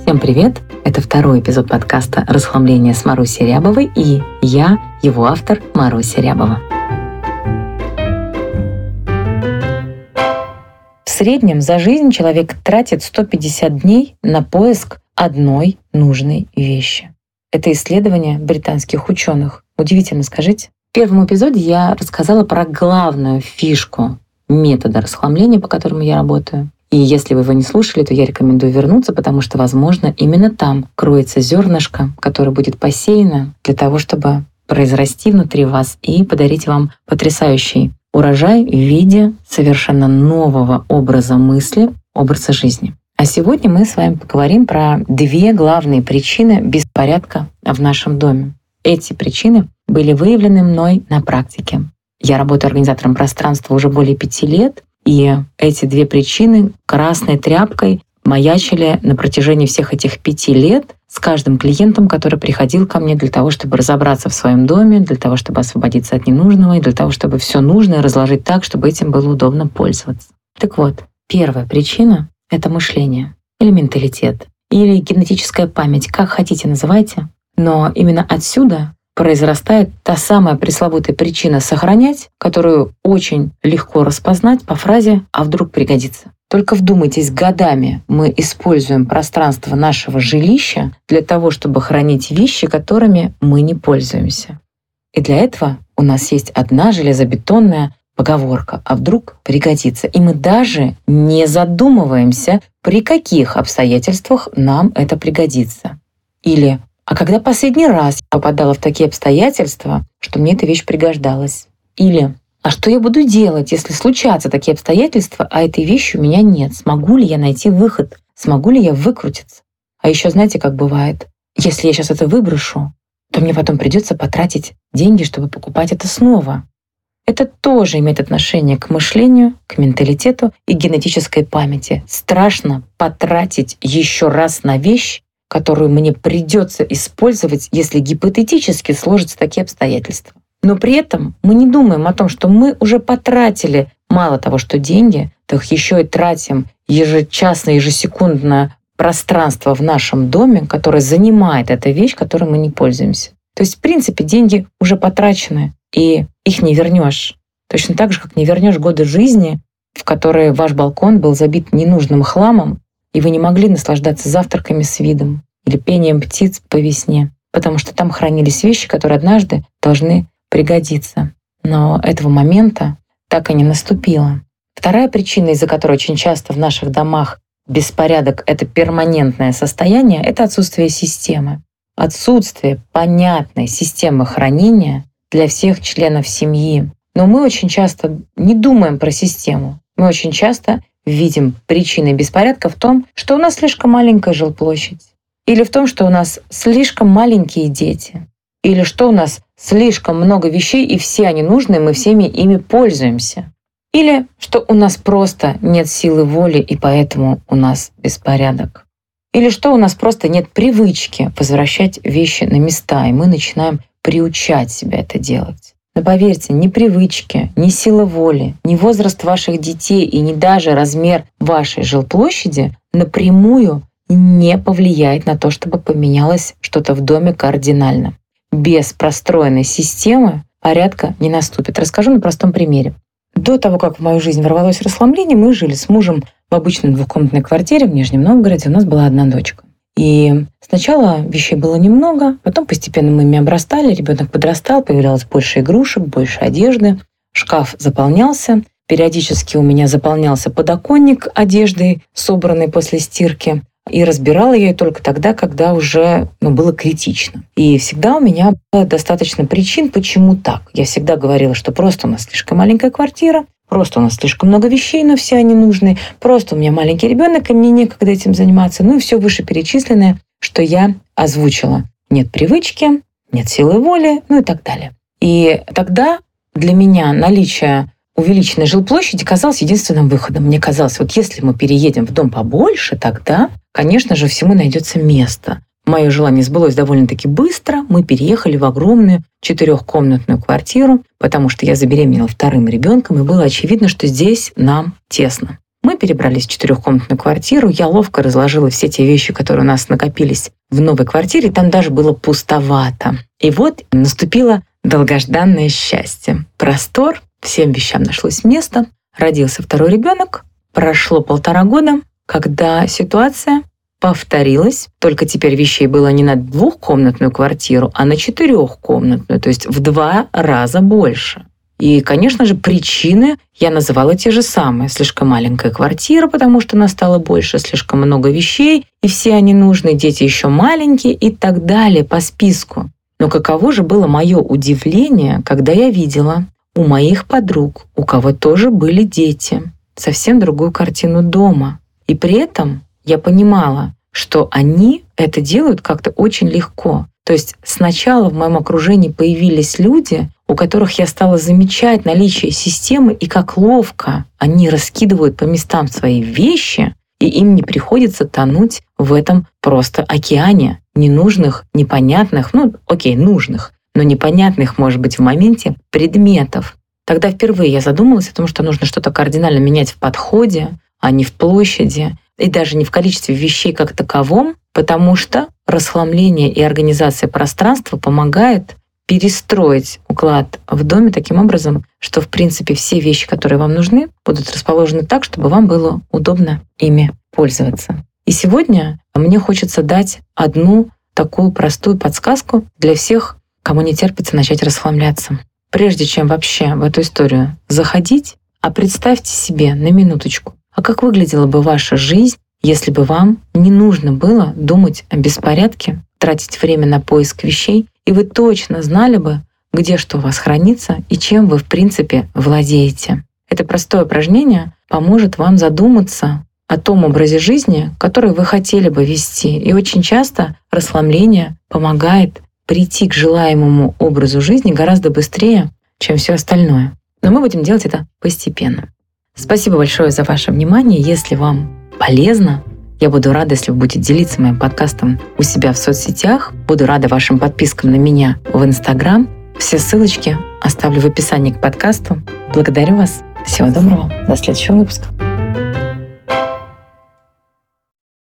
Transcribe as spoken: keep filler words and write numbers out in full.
Всем привет! Это второй эпизод подкаста «Расхламление» с Марусей Рябовой, и я, его автор, Маруся Рябова. В среднем за жизнь человек тратит сто пятьдесят дней на поиск одной нужной вещи. Это исследование британских ученых. Удивительно, скажите? В первом эпизоде я рассказала про главную фишку метода расхламления, по которому я работаю. И если вы его не слушали, то я рекомендую вернуться, потому что, возможно, именно там кроется зернышко, которое будет посеяно для того, чтобы произрасти внутри вас и подарить вам потрясающий урожай в виде совершенно нового образа мысли, образа жизни. А сегодня мы с вами поговорим про две главные причины беспорядка в нашем доме. Эти причины были выявлены мной на практике. Я работаю организатором пространства уже более пяти лет, и эти две причины красной тряпкой маячили на протяжении всех этих пяти лет с каждым клиентом, который приходил ко мне для того, чтобы разобраться в своем доме, для того, чтобы освободиться от ненужного и для того, чтобы все нужное разложить так, чтобы этим было удобно пользоваться. Так вот, первая причина — это мышление или менталитет, или генетическая память, как хотите называйте, но именно отсюда произрастает та самая пресловутая причина сохранять, которую очень легко распознать по фразе «а вдруг пригодится». Только вдумайтесь, годами мы используем пространство нашего жилища для того, чтобы хранить вещи, которыми мы не пользуемся. И для этого у нас есть одна железобетонная поговорка «а вдруг пригодится». И мы даже не задумываемся, при каких обстоятельствах нам это пригодится. Или «а когда последний раз я попадала в такие обстоятельства, что мне эта вещь пригождалась?» Или «а что я буду делать, если случатся такие обстоятельства, а этой вещи у меня нет? Смогу ли я найти выход? Смогу ли я выкрутиться?» А еще знаете, как бывает? Если я сейчас это выброшу, то мне потом придется потратить деньги, чтобы покупать это снова. Это тоже имеет отношение к мышлению, к менталитету и генетической памяти. Страшно потратить еще раз на вещь, которую мне придется использовать, если гипотетически сложатся такие обстоятельства. Но при этом мы не думаем о том, что мы уже потратили мало того, что деньги, так еще и тратим ежечасно, ежесекундно пространство в нашем доме, которое занимает эта вещь, которой мы не пользуемся. То есть, в принципе, деньги уже потрачены, и их не вернешь. Точно так же, как не вернешь годы жизни, в которые ваш балкон был забит ненужным хламом, и вы не могли наслаждаться завтраками с видом или пением птиц по весне, потому что там хранились вещи, которые однажды должны пригодиться. Но этого момента так и не наступило. Вторая причина, из-за которой очень часто в наших домах беспорядок — это перманентное состояние, это отсутствие системы. Отсутствие понятной системы хранения для всех членов семьи. Но мы очень часто не думаем про систему. Мы очень часто видим причины беспорядка в том, что у нас слишком маленькая жилплощадь, или в том, что у нас слишком маленькие дети, или что у нас слишком много вещей, и все они нужны, мы всеми ими пользуемся, или что у нас просто нет силы воли, и поэтому у нас беспорядок, или что у нас просто нет привычки возвращать вещи на места, и мы начинаем приучать себя это делать. Но поверьте, ни привычки, ни сила воли, ни возраст ваших детей и ни даже размер вашей жилплощади напрямую не повлияет на то, чтобы поменялось что-то в доме кардинально. Без простроенной системы порядка не наступит. Расскажу на простом примере. До того, как в мою жизнь ворвалось расхламление, мы жили с мужем в обычной двухкомнатной квартире в Нижнем Новгороде. У нас была одна дочка. И сначала вещей было немного, потом постепенно мы ими обрастали, ребенок подрастал, появлялось больше игрушек, больше одежды, шкаф заполнялся, периодически у меня заполнялся подоконник одеждой, собранной после стирки, и разбирала я ее только тогда, когда уже ну, было критично. И всегда у меня было достаточно причин, почему так. Я всегда говорила, что просто у нас слишком маленькая квартира, просто у нас слишком много вещей, но все они нужны. Просто у меня маленький ребенок, и мне некогда этим заниматься. Ну и все вышеперечисленное, что я озвучила. Нет привычки, нет силы воли, ну и так далее. И тогда для меня наличие увеличенной жилплощади казалось единственным выходом. Мне казалось, вот если мы переедем в дом побольше, тогда, конечно же, всему найдется место. Мое желание сбылось довольно-таки быстро. Мы переехали в огромную четырехкомнатную квартиру, потому что я забеременела вторым ребенком, и было очевидно, что здесь нам тесно. Мы Мы перебрались в четырехкомнатную квартиру, я ловко разложила все те вещи, которые у нас накопились в новой квартире, там даже было пустовато. И вот наступило долгожданное счастье. Простор, всем вещам нашлось место, родился второй ребенок, прошло полтора года, когда ситуация повторилась, только теперь вещей было не на двухкомнатную квартиру, а на четырехкомнатную, то есть в два раза больше. И, конечно же, причины я называла те же самые. Слишком маленькая квартира, потому что нас стало больше, слишком много вещей, и все они нужны, дети еще маленькие и так далее по списку. Но каково же было мое удивление, когда я видела у моих подруг, у кого тоже были дети, совсем другую картину дома. И при этом я понимала, что они это делают как-то очень легко. То есть сначала в моем окружении появились люди, у которых я стала замечать наличие системы и как ловко они раскидывают по местам свои вещи, и им не приходится тонуть в этом просто океане ненужных, непонятных, ну окей, нужных, но непонятных, может быть, в моменте предметов. Тогда впервые я задумалась о том, что нужно что-то кардинально менять в подходе, а не в площади, и даже не в количестве вещей как таковом, потому что расхламление и организация пространства помогает перестроить уклад в доме таким образом, что, в принципе, все вещи, которые вам нужны, будут расположены так, чтобы вам было удобно ими пользоваться. И сегодня мне хочется дать одну такую простую подсказку для всех, кому не терпится начать расхламляться. Прежде чем вообще в эту историю заходить, а представьте себе на минуточку, а как выглядела бы ваша жизнь, если бы вам не нужно было думать о беспорядке, тратить время на поиск вещей, и вы точно знали бы, где что у вас хранится и чем вы, в принципе, владеете. Это простое упражнение поможет вам задуматься о том образе жизни, который вы хотели бы вести. И очень часто расхламление помогает прийти к желаемому образу жизни гораздо быстрее, чем все остальное. Но мы будем делать это постепенно. Спасибо большое за ваше внимание. Если вам полезно, я буду рада, если вы будете делиться моим подкастом у себя в соцсетях. Буду рада вашим подпискам на меня в Инстаграм. Все ссылочки оставлю в описании к подкасту. Благодарю вас. Всего доброго. До следующего выпуска.